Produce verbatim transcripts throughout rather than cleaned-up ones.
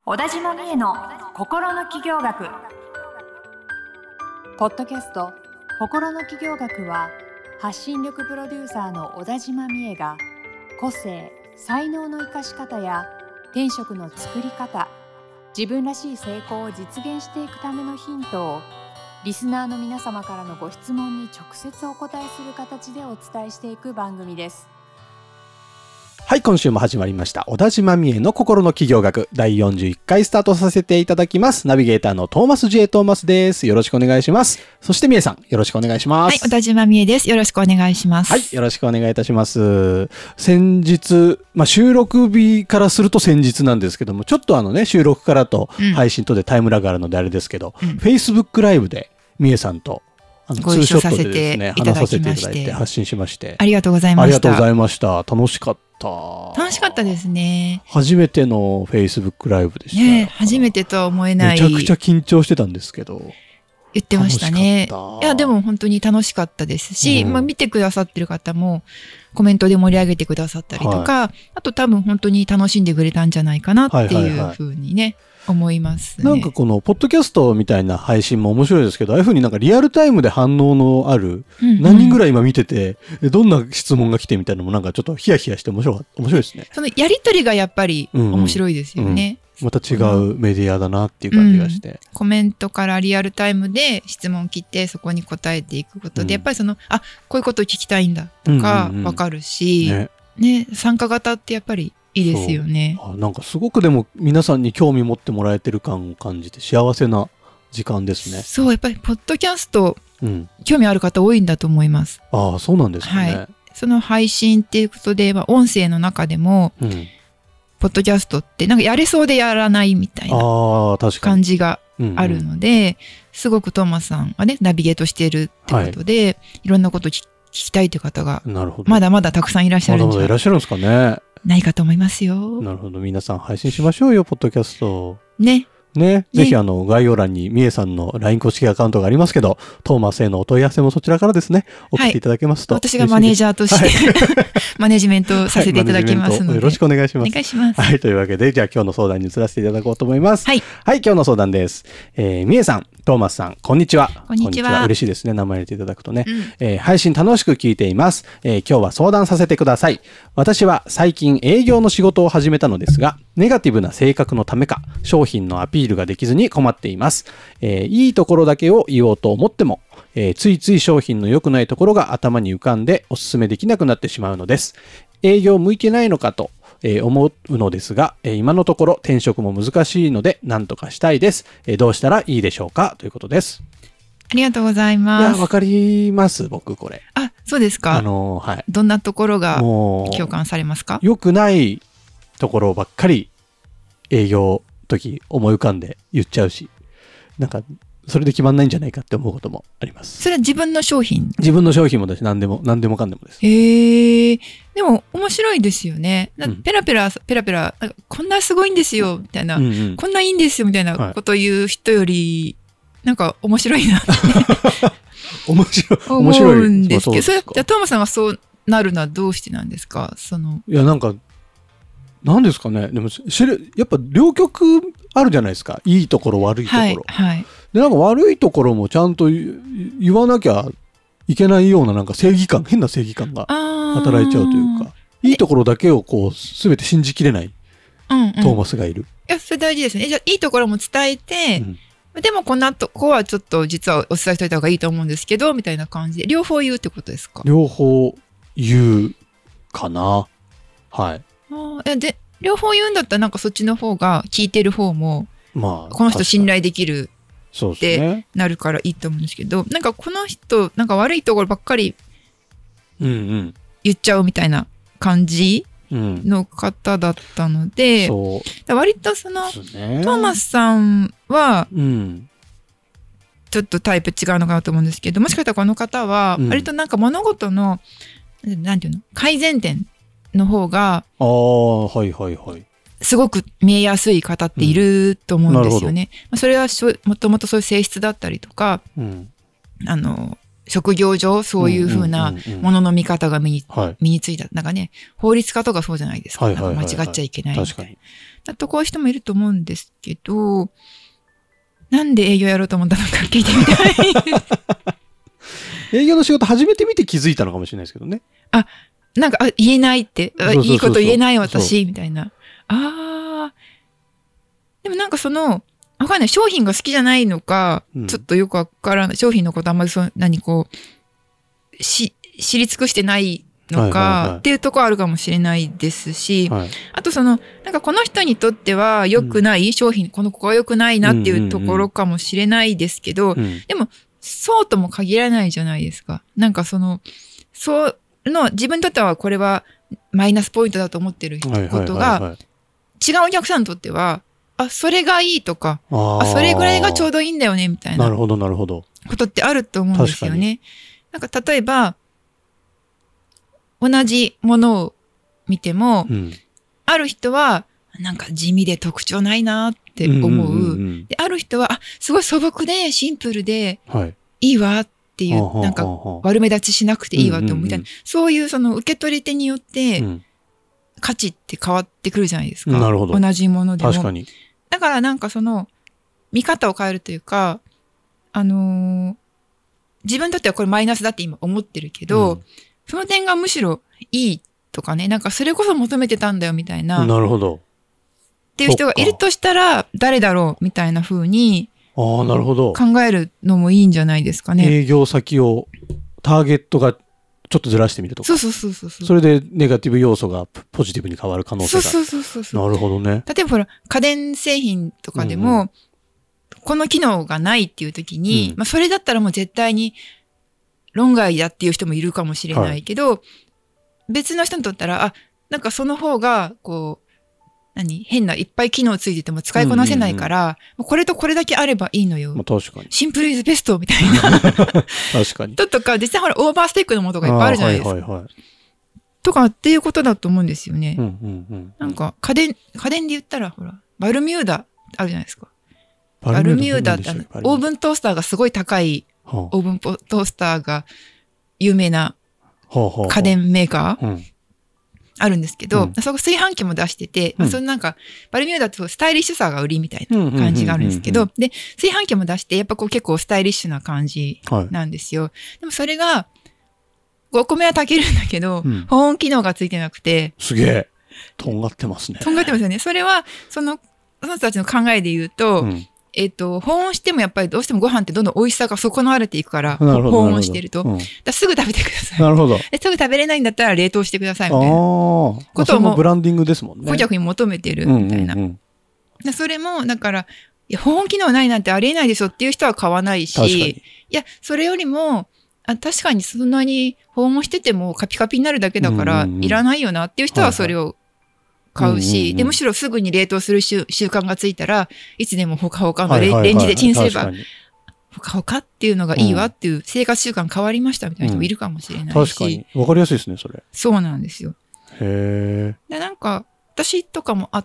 小田島美恵の心の起業学。ポッドキャスト心の起業学は、発信力プロデューサーの小田島美恵が個性、才能の生かし方や転職の作り方、自分らしい成功を実現していくためのヒントをリスナーの皆様からのご質問に直接お答えする形でお伝えしていく番組です。 はい、今週も始まりました小田島美恵の心の起業学だいよんじゅういっかいスタートさせていただきます。ナビゲーターのトーマス J トーマスです。よろしくお願いします。そして美恵さん、よろしくお願いします。 はい、小田島美恵です。よろしくお願いします。 はい、よろしくお願いいたします。先日、まあ、収録日からすると先日なんですけども、ちょっとあのね、収録からと配信とでタイムラグあるのであれですけど、うん、Facebook ライブで美恵さんとあのご一緒させていただきまして、 話させていただいて発信しまして、 ありがとうございました。 ありがとうございました。楽しかった。 楽しかったですね。 初めての Facebook ライブでした。 ね、初めてとは思えない。 めちゃくちゃ緊張してたんですけど。 言ってましたね。いや、でも本当に楽しかったですし、うん、まあ見てくださってる方もコメントで盛り上げてくださったりとか、はい、あと多分本当に楽しんでくれたんじゃないかなっていうふうにね、はいはいはい、思いますね。 なんかこのポッドキャストみたいな配信も面白いですけど、ああいうふうになんかリアルタイムで反応のある、うんうん、何人ぐらい今見ててどんな質問が来てみたいなのもなんかちょっとヒヤヒヤして面白い面白いですね。 そのやりとりがやっぱり面白いですよね。 うんうん、また違うメディアだなっていう感じがして、うん、 コメントからリアルタイムで質問来てそこに答えていくことで、うん、やっぱりそのあこういうことを聞きたいんだとか分かるし、うんうんうんねね、参加型ってやっぱりいいですよね。 あ、なんかすごくでも皆さんに興味持ってもらえてる感を感じて幸せな時間ですね。 そう、やっぱりポッドキャスト、うん、興味ある方多いんだと思います。 ああ、そうなんですね。はい、 その配信っていうことで、まあ、音声の中でも、うん、ポッドキャストってなんかやれそうでやらないみたいな感じがあるので、うんうん、すごくトーマスさんがねナビゲートしているってことで、はい、いろんなことを聞きたいという方がまだまだたくさんいらっしゃるんじゃまだまだいらっしゃるんですかね。 ないかと思いますよ。 なるほど。皆さん配信しましょうよ、ポッドキャスト。 ね。 ね。ぜひあの、概要欄に美恵さんの ライン 公式アカウントがありますけど、トーマスへのお問い合わせもそちらからですね、送っていただけますと。 はい、私がマネージャーとして、はい、マネジメントさせていただきますので、はい、 よろしくお願いします。 お願いします。 はい。というわけで、じゃあ今日の相談に移らせていただこうと思います。はい。はい、今日の相談です。えー、美恵さん、トーマスさん、こんにちは。 こんにちは。 嬉しいですね。名前入れていただくとね。うんえー、配信楽しく聞いています、えー。今日は相談させてください。私は最近営業の仕事を始めたのですが、ネガティブな性格のためか、商品のアピールができずに困っています。えー、いいところだけを言おうと思っても、えー、ついつい商品の良くないところが頭に浮かんでお勧めできなくなってしまうのです。営業向いてないのかと、えー、思うのですが、えー、今のところ転職も難しいので何とかしたいです。えー、どうしたらいいでしょうかということです。 ありがとうございます。 いや、わかります、僕これ。 あ、そうですか。 あのー、はい。 どんなところが共感されますか？ 良くないところばっかり営業時思い浮かんで言っちゃうし、なんかそれで決まんないんじゃないかって思うこともあります。 それは自分の商品？ 自分の商品もだし、何でも何でもかんでもです。 へえ。でも面白いですよね。ペラペラペラペラなんかこんなすごいんですよみたいな、うんうん、こんないいんですよみたいなことを言う人より、はい、なんか面白いなって面白い面白いんですけど、それじゃあトーマさんがそうなるのはどうしてなんですか？そのいやなんかなんですかね。でもやっぱ両極あるじゃないですか。いいところ悪いところ。はいはい、でなんか悪いところもちゃんと言わなきゃいけないようななんか正義感変な正義感が働いちゃうというか、いいところだけをこう全て信じきれない、うんうん、トーマスがいる。 いやそれ大事ですね。じゃあいいところも伝えて、うん、でもこの後ここはちょっと実はお伝えしておいた方がいいと思うんですけどみたいな感じで両方言うってことですか？ 両方言うかな。はい。 あいやで両方言うんだったらなんかそっちの方が聞いてる方も、まあ、この人信頼できるってなるからいいと思うんですけど、なんかこの人なんか悪いところばっかり言っちゃうみたいな感じの方だったので、うん、割とその、ね、トーマスさんはちょっとタイプ違うのかなと思うんですけど、もしかしたらこの方は割となんか物事の、うん、なんていうの改善点の方がああはいはいはいすごく見えやすい方っていると思うんですよね。うん、それはもともとそういう性質だったりとか、うん、あの職業上そういうふうなものの見方が身に、うんうんうん、身についた。なんかね、法律家とかそうじゃないですか。はいはいはいはい、なんか間違っちゃいけないみたいな。確かに。だとこういう人もいると思うんですけど、なんで営業やろうと思ったのか聞いてみたい。 営業の仕事始めてみて気づいたのかもしれないですけどね。 あ、なんか、あ、言えないって。そうそうそうそう、いいこと言えない私、みたいな。ああ。でもなんかその、わかんない。商品が好きじゃないのか、うん、ちょっとよくわからない。商品のことあんまりそう、何こう、し、知り尽くしてないのか、っていうところあるかもしれないですし、はい、あとその、なんかこの人にとっては良くない、うん、商品、この子は良くないなっていうところかもしれないですけど、うんうんうん、でも、そうとも限らないじゃないですか。なんかその、そうの、自分にとってはこれはマイナスポイントだと思ってることが、違うお客さんにとっては、あ、それがいいとか、あ、それぐらいがちょうどいいんだよね、みたいな。 なるほど、なるほど。 ことってあると思うんですよね。なんか例えば、同じものを見ても、うん、ある人は、なんか地味で特徴ないなって思う。うんうんうんうん、で、ある人は、あ、すごい素朴でシンプルで、はい、いいわっていう、なんか悪目立ちしなくていいわって思うみたいな、うんうんうん、そういうその受け取り手によって、価値って変わってくるじゃないですか。 なるほど。 同じものでも。 確かに。 だからなんかその、見方を変えるというか、あのー、自分にとってはこれマイナスだって今思ってるけど、うん、その点がむしろいいとかね、なんかそれこそ求めてたんだよみたいな。 なるほど。 っていう人がいるとしたら、誰だろうみたいな風に、 ああ、なるほど。 考えるのもいいんじゃないですかね。 営業先を、ターゲットがちょっとずらしてみるとか。 そうそうそうそう。 それでネガティブ要素がポジティブに変わる可能性がある。 そうそうそうそう。 なるほどね。 例えばほら、家電製品とかでも、うんうん、この機能がないっていう時に、うん、まあそれだったらもう絶対に論外だっていう人もいるかもしれないけど、はい、別の人にとったら、あ、なんかその方が、こう、何変ないっぱい機能ついてても使いこなせないから、うんうんうん、これとこれだけあればいいのよ。 まあ、確かに。 シンプルイズベストみたいな。確かに。 ととか、実際ほら、オーバースペックのものとかいっぱいあるじゃないですか。はいはいはい、とかっていうことだと思うんですよね。うんうんうん、なんか、家電、家電で言ったら、ほら、バルミューダあるじゃないですか。バルミューダってあの、オーブントースターがすごい高い、オーブントースターが有名な家電メーカー、うんあるんですけど、うん、そこ炊飯器も出してて、うん、まあ、そのなんか、バルミューダってスタイリッシュさが売りみたいな感じがあるんですけど、で、炊飯器も出して、やっぱこう結構スタイリッシュな感じなんですよ。はい、でもそれが、お米は炊けるんだけど、うん、保温機能がついてなくて。 すげえ。とんがってますね。 とんがってますよね。それは、その、その人たちの考えで言うと、うん、えっと、保温してもやっぱりどうしてもご飯ってどんどん美味しさが損なわれていくから、保温してると。うん、だすぐ食べてください。 なるほど。 ですぐ食べれないんだったら冷凍してくださいみたいなことをもブランディングですもんね。 顧客に求めてるみたいな。うんうんうん、それも、だから、いや、保温機能ないなんてありえないでしょっていう人は買わないし、いや、それよりも、あ、確かにそんなに保温しててもカピカピになるだけだから、うんうんうん、いらないよなっていう人はそれを買うし、はいはい、で、むしろすぐに冷凍する習慣がついたら、いつでもほかほかの レ,、はいはいはい、レンジでチンすれば、ほかほかっていうのがいいわっていう生活習慣変わりましたみたいな人もいるかもしれないし。うん、 確かに。わかりやすいですね、それ。 そうなんですよ。 へー。 で、なんか、私とかもあって、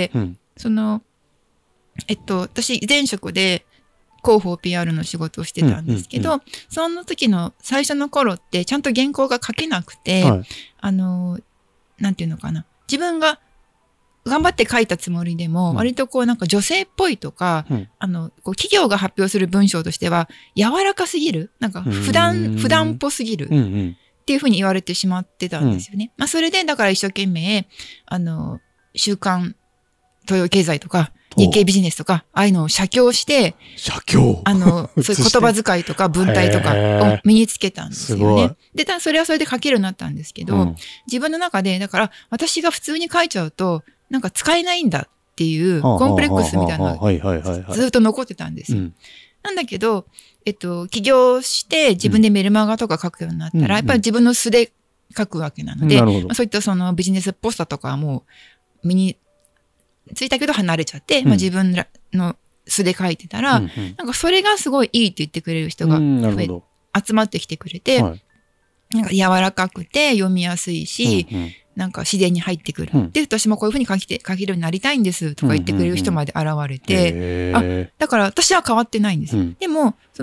うん、その、えっと、私、前職で広報 ピーアール の仕事をしてたんですけど、うんうんうん、その時の最初の頃って、ちゃんと原稿が書けなくて、はい、あの、なんていうのかな。自分が頑張って書いたつもりでも、うん、割とこうなんか女性っぽいとか、うん、あの、こう企業が発表する文章としては、柔らかすぎるなんか普段、普段っぽすぎる、うんうん、っていうふうに言われてしまってたんですよね。うん、まあそれで、だから一生懸命、あの、週刊東洋経済とか、日経ビジネスとか、ああいうのを写経して、 写経あの、そういう言葉遣いとか文体とかを身につけたんですよね。で、それはそれで書けるようになったんですけど、うん、自分の中で、だから私が普通に書いちゃうと、なんか使えないんだっていうコンプレックスみたいなのがずっと残ってたんですよ。なんだけど、えっと、起業して自分でメルマガとか書くようになったら、うん、やっぱり自分の素で書くわけなので、まあ、そういったそのビジネスポスターとかはもう身についたけど離れちゃって、うん、まあ、自分の素で書いてたら、うんうん、なんかそれがすごいいいって言ってくれる人が増え、集まってきてくれて、はい、なんか柔らかくて読みやすいし、うんうん、なんか自然に入ってくる。うん、で、私もこういうふうに書きて、書けるようになりたいんですとか言ってくれる人まで現れて、うんうんうん、あ、だから私は変わってないんです。うん、でも、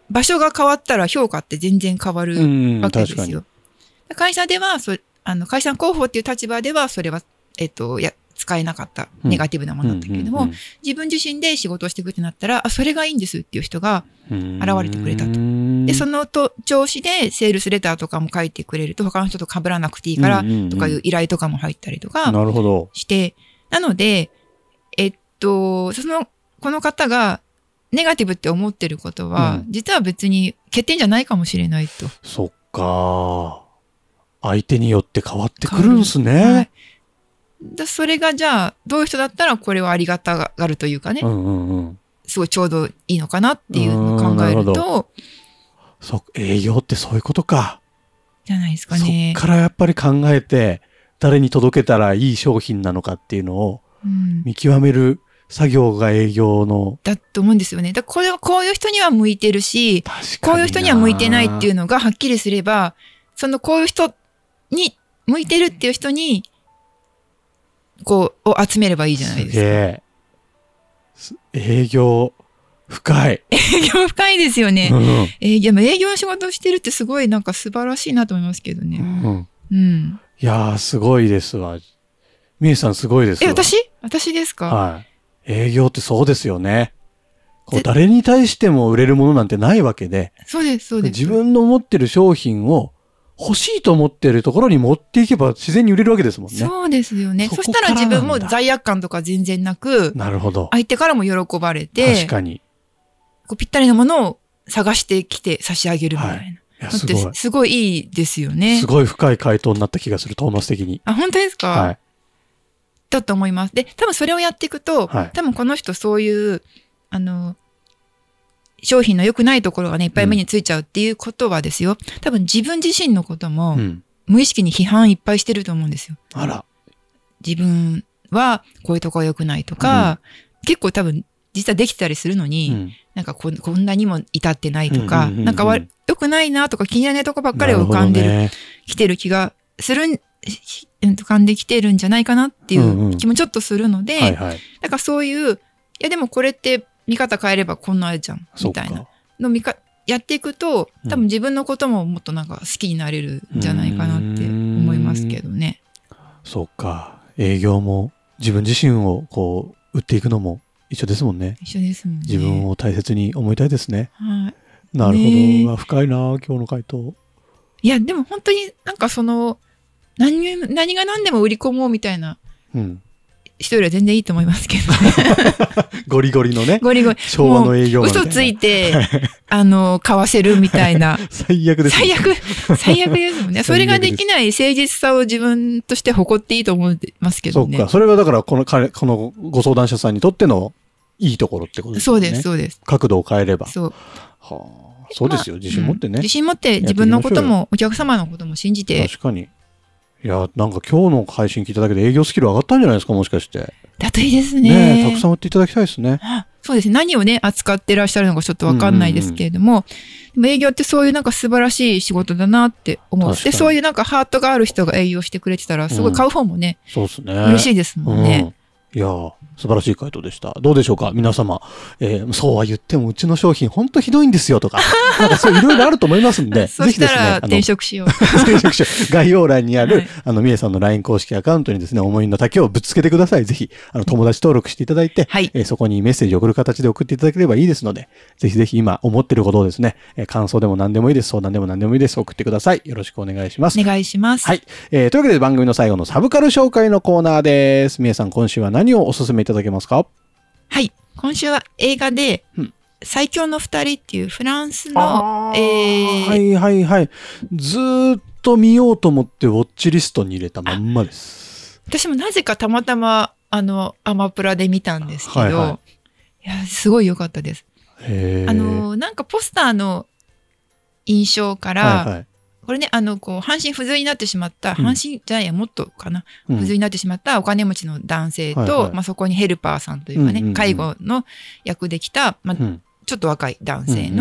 場所が変わったら評価って全然変わるわけですよ。会社ではそ、あの、会社の広報っていう立場では、それは、えっと、や、使えなかったネガティブなものだったけれども、自分自身で仕事をしていくってなったら、あ、それがいいんですっていう人が現れてくれたと。で、そのと調子でセールスレターとかも書いてくれると、他の人と被らなくていいからとかいう依頼とかも入ったりとかして、なので、えっと、その、この方がネガティブって思ってることは、うん、実は別に欠点じゃないかもしれないと。 そっか。相手によって変わってくるんですね。はい、 だそれがじゃあ、どういう人だったらこれはありがたがるというかね、 うんうんうん、 すごいちょうどいいのかなっていうのを考えると、 そう、営業ってそういうことか。 じゃないですかね。 そっからやっぱり考えて、誰に届けたらいい商品なのかっていうのを見極める作業が営業の。 だと思うんですよね。だこれはこういう人には向いてるし、こういう人には向いてないっていうのがはっきりすれば、そのこういう人に向いてるっていう人に、こう、を集めればいいじゃないですか。 営業、深い。 営業深いですよね。うん、えー、でも営業の仕事をしてるってすごいなんか素晴らしいなと思いますけどね。うん。うん、 いやー、すごいですわ。みえさんすごいですわ。 え、私私ですか？ はい。営業ってそうですよね。こう誰に対しても売れるものなんてないわけで。 そうです、そうです。 自分の持ってる商品を欲しいと思ってるところに持っていけば自然に売れるわけですもんね。 そうですよね。 そ, そしたら自分も罪悪感とか全然なく、 なるほど。 相手からも喜ばれて、 確かに。 こうぴったりのものを探してきて差し上げるみたいな。はい、いやすごい。すごいいいですよね。 すごい深い回答になった気がする、トーマス的に。 あ、本当ですか？ はい。 だと思います。で、多分それをやっていくと、はい、多分この人そういう、あの、商品の良くないところがね、いっぱい目についちゃうっていうことはですよ。うん、多分自分自身のことも、うん無意識に批判いっぱいしてると思うんですよ。 あら。 自分はこういうところ良くないとか、うん、結構多分実はできたりするのに、うん、なんか こ, こんなにも至ってないとか、うんうんうんうん、なんかわ良くないなとか気にならないとこばっかり浮かんでる、ね、来てる気がするん、浮かんできてるんじゃないかなっていう気もちょっとするので、うんうんはいはい、なんかそういう、いやでもこれって見方変えればこんなあれじゃん、みたいなの見かやっていくと、多分自分のことももっとなんか好きになれるんじゃないかなって思いますけどね。 そっか。営業も自分自身をこう売っていくのも一緒ですもんね。 一緒ですもんね。 自分を大切に思いたいですね。 はい。 なるほど。ね、深いな今日の回答。 いやでも本当になんかその何何が何でも売り込もうみたいな。うん。人よりは全然いいと思いますけどね。 ゴリゴリのね。 ゴリゴリ。 昭和の営業マンみたいな。 嘘ついて、あの、買わせるみたいな。 最悪です、 ね。最悪、最悪ですもんね。それができない誠実さを自分として誇っていいと思いますけどね。 そっか。それはだから、この彼、このご相談者さんにとってのいいところってことですね。 そうです、そうです。 角度を変えれば。 そう。 はあ、そうですよ。自信持ってね、 うん。自信持って自分のことも、お客様のことも信じて。 確かに。いや、なんか今日の配信聞いただけで営業スキル上がったんじゃないですか、もしかして。 だといいですね。 ねえ、たくさん売っていただきたいですね。 そうですね。何をね、扱ってらっしゃるのかちょっとわかんないですけれども、うんうんうん、でも営業ってそういうなんか素晴らしい仕事だなって思う。で、そういうなんかハートがある人が営業してくれてたら、すごい買う方もね、 うん、そうですね。 嬉しいですもんね。 うん、いやー、素晴らしい回答でした。どうでしょうか皆様、えー、そうは言ってもうちの商品ほんとひどいんですよとか、なんかそういろいろあると思いますんで、 そしたら転職しよう。 転職しよう。概要欄にある、はい、あの、みえさんの ライン 公式アカウントにですね、思いの丈をぶつけてください。ぜひ、あの、友達登録していただいて、はい、えー、そこにメッセージを送る形で送っていただければいいですので、ぜひぜひ今思ってることをですね、えー、感想でも何でもいいです。相談でも何でもいいです。送ってください。よろしくお願いします。 お願いします。 はい。えー、というわけで番組の最後のサブカル紹介のコーナーです。みえさん、今週は何をお勧めいただけますか？ はい。今週は映画で、うん、最強の二人っていうフランスの、えー、 はいはいはい。ずーっと見ようと思ってウォッチリストに入れたまんまです。 私もなぜかたまたま、あの、アマプラで見たんですけど、はいはい、いや、すごい良かったです。 へー。 あの、なんかポスターの印象から、はいはい、これね、あの、こう、半身不随になってしまった、うん、半身じゃないや、もっとかな、うん、不随になってしまったお金持ちの男性と、はいはい、まあ、そこにヘルパーさんというかね、うんうんうん、介護の役できた、まあ、うん、ちょっと若い男性の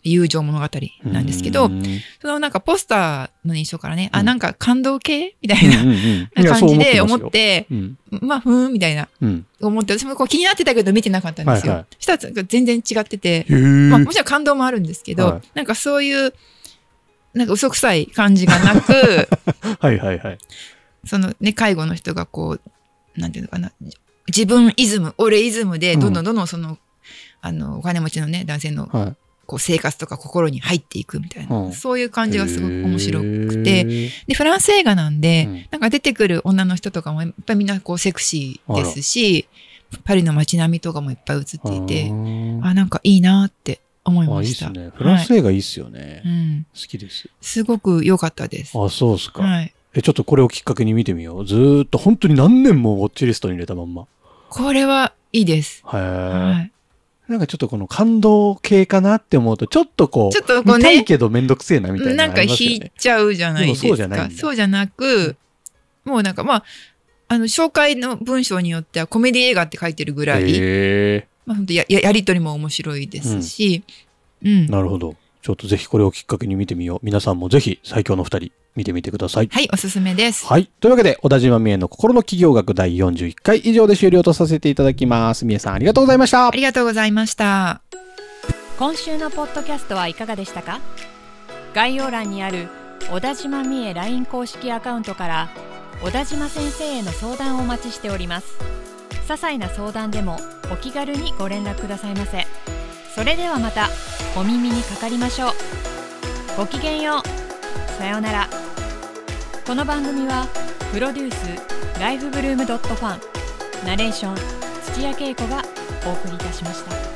友情物語なんですけど、そのなんかポスターの印象からね、うん、あ、なんか感動系みたいな、うんうんうん、感じで思って、うん、まあ、ふーんみたいな、うん、思って、私もこう気になってたけど見てなかったんですよ。はいはい、したら全然違ってて、まあ、もちろん感動もあるんですけど、はい、なんかそういう、なんか嘘くさい感じがなく、 はいはいはい。 そのね、介護の人がこう、なんていうのかな、自分イズム、俺イズムで、どんどんどんどんその、うん、あの、お金持ちのね、男性の、はい、こう生活とか心に入っていくみたいな、うん、そういう感じがすごく面白くて、で、フランス映画なんで、うん、なんか出てくる女の人とかも、やっぱりみんなこうセクシーですし、パリの街並みとかもいっぱい映っていて、あ、なんかいいなって思いました。 あ、いいですね。フランス映画いいっすよね。はい、うん、好きです。 すごく良かったです。 あ、そうですか。はい。え、ちょっとこれをきっかけに見てみよう。ずーっと本当に何年もウォッチリストに入れたまんま。 これはいいです。 へー。はい。なんかちょっとこの感動系かなって思うと、ちょっとこう、 ちょっとこうね、 見たいけどめんどくせえなみたいな、ね。 なんか引いちゃうじゃないですか。 そうじゃないんだ。 そうじゃなく、もうなんかまあ、あの、紹介の文章によってはコメディ映画って書いてるぐらい、 へまあ本当や、やりとりも面白いですし、うん。うん、 なるほど。ちょっとぜひこれをきっかけに見てみよう。皆さんもぜひ最強の二人見てみてください。 はい、おすすめです。 はい。というわけで、小田島美恵の心の企業学だいよんじゅういっかい以上で終了とさせていただきます。美恵さんありがとうございました。 ありがとうございました。 今週のポッドキャストはいかがでしたか？概要欄にある小田島美恵 ライン 公式アカウントから小田島先生への相談をお待ちしております。些細な相談でもお気軽にご連絡くださいませ。それではまたお耳にかかりましょう。ごきげんよう。さようなら。この番組はプロデュースライフブルームドットファン、ナレーション土屋恵子がお送りいたしました。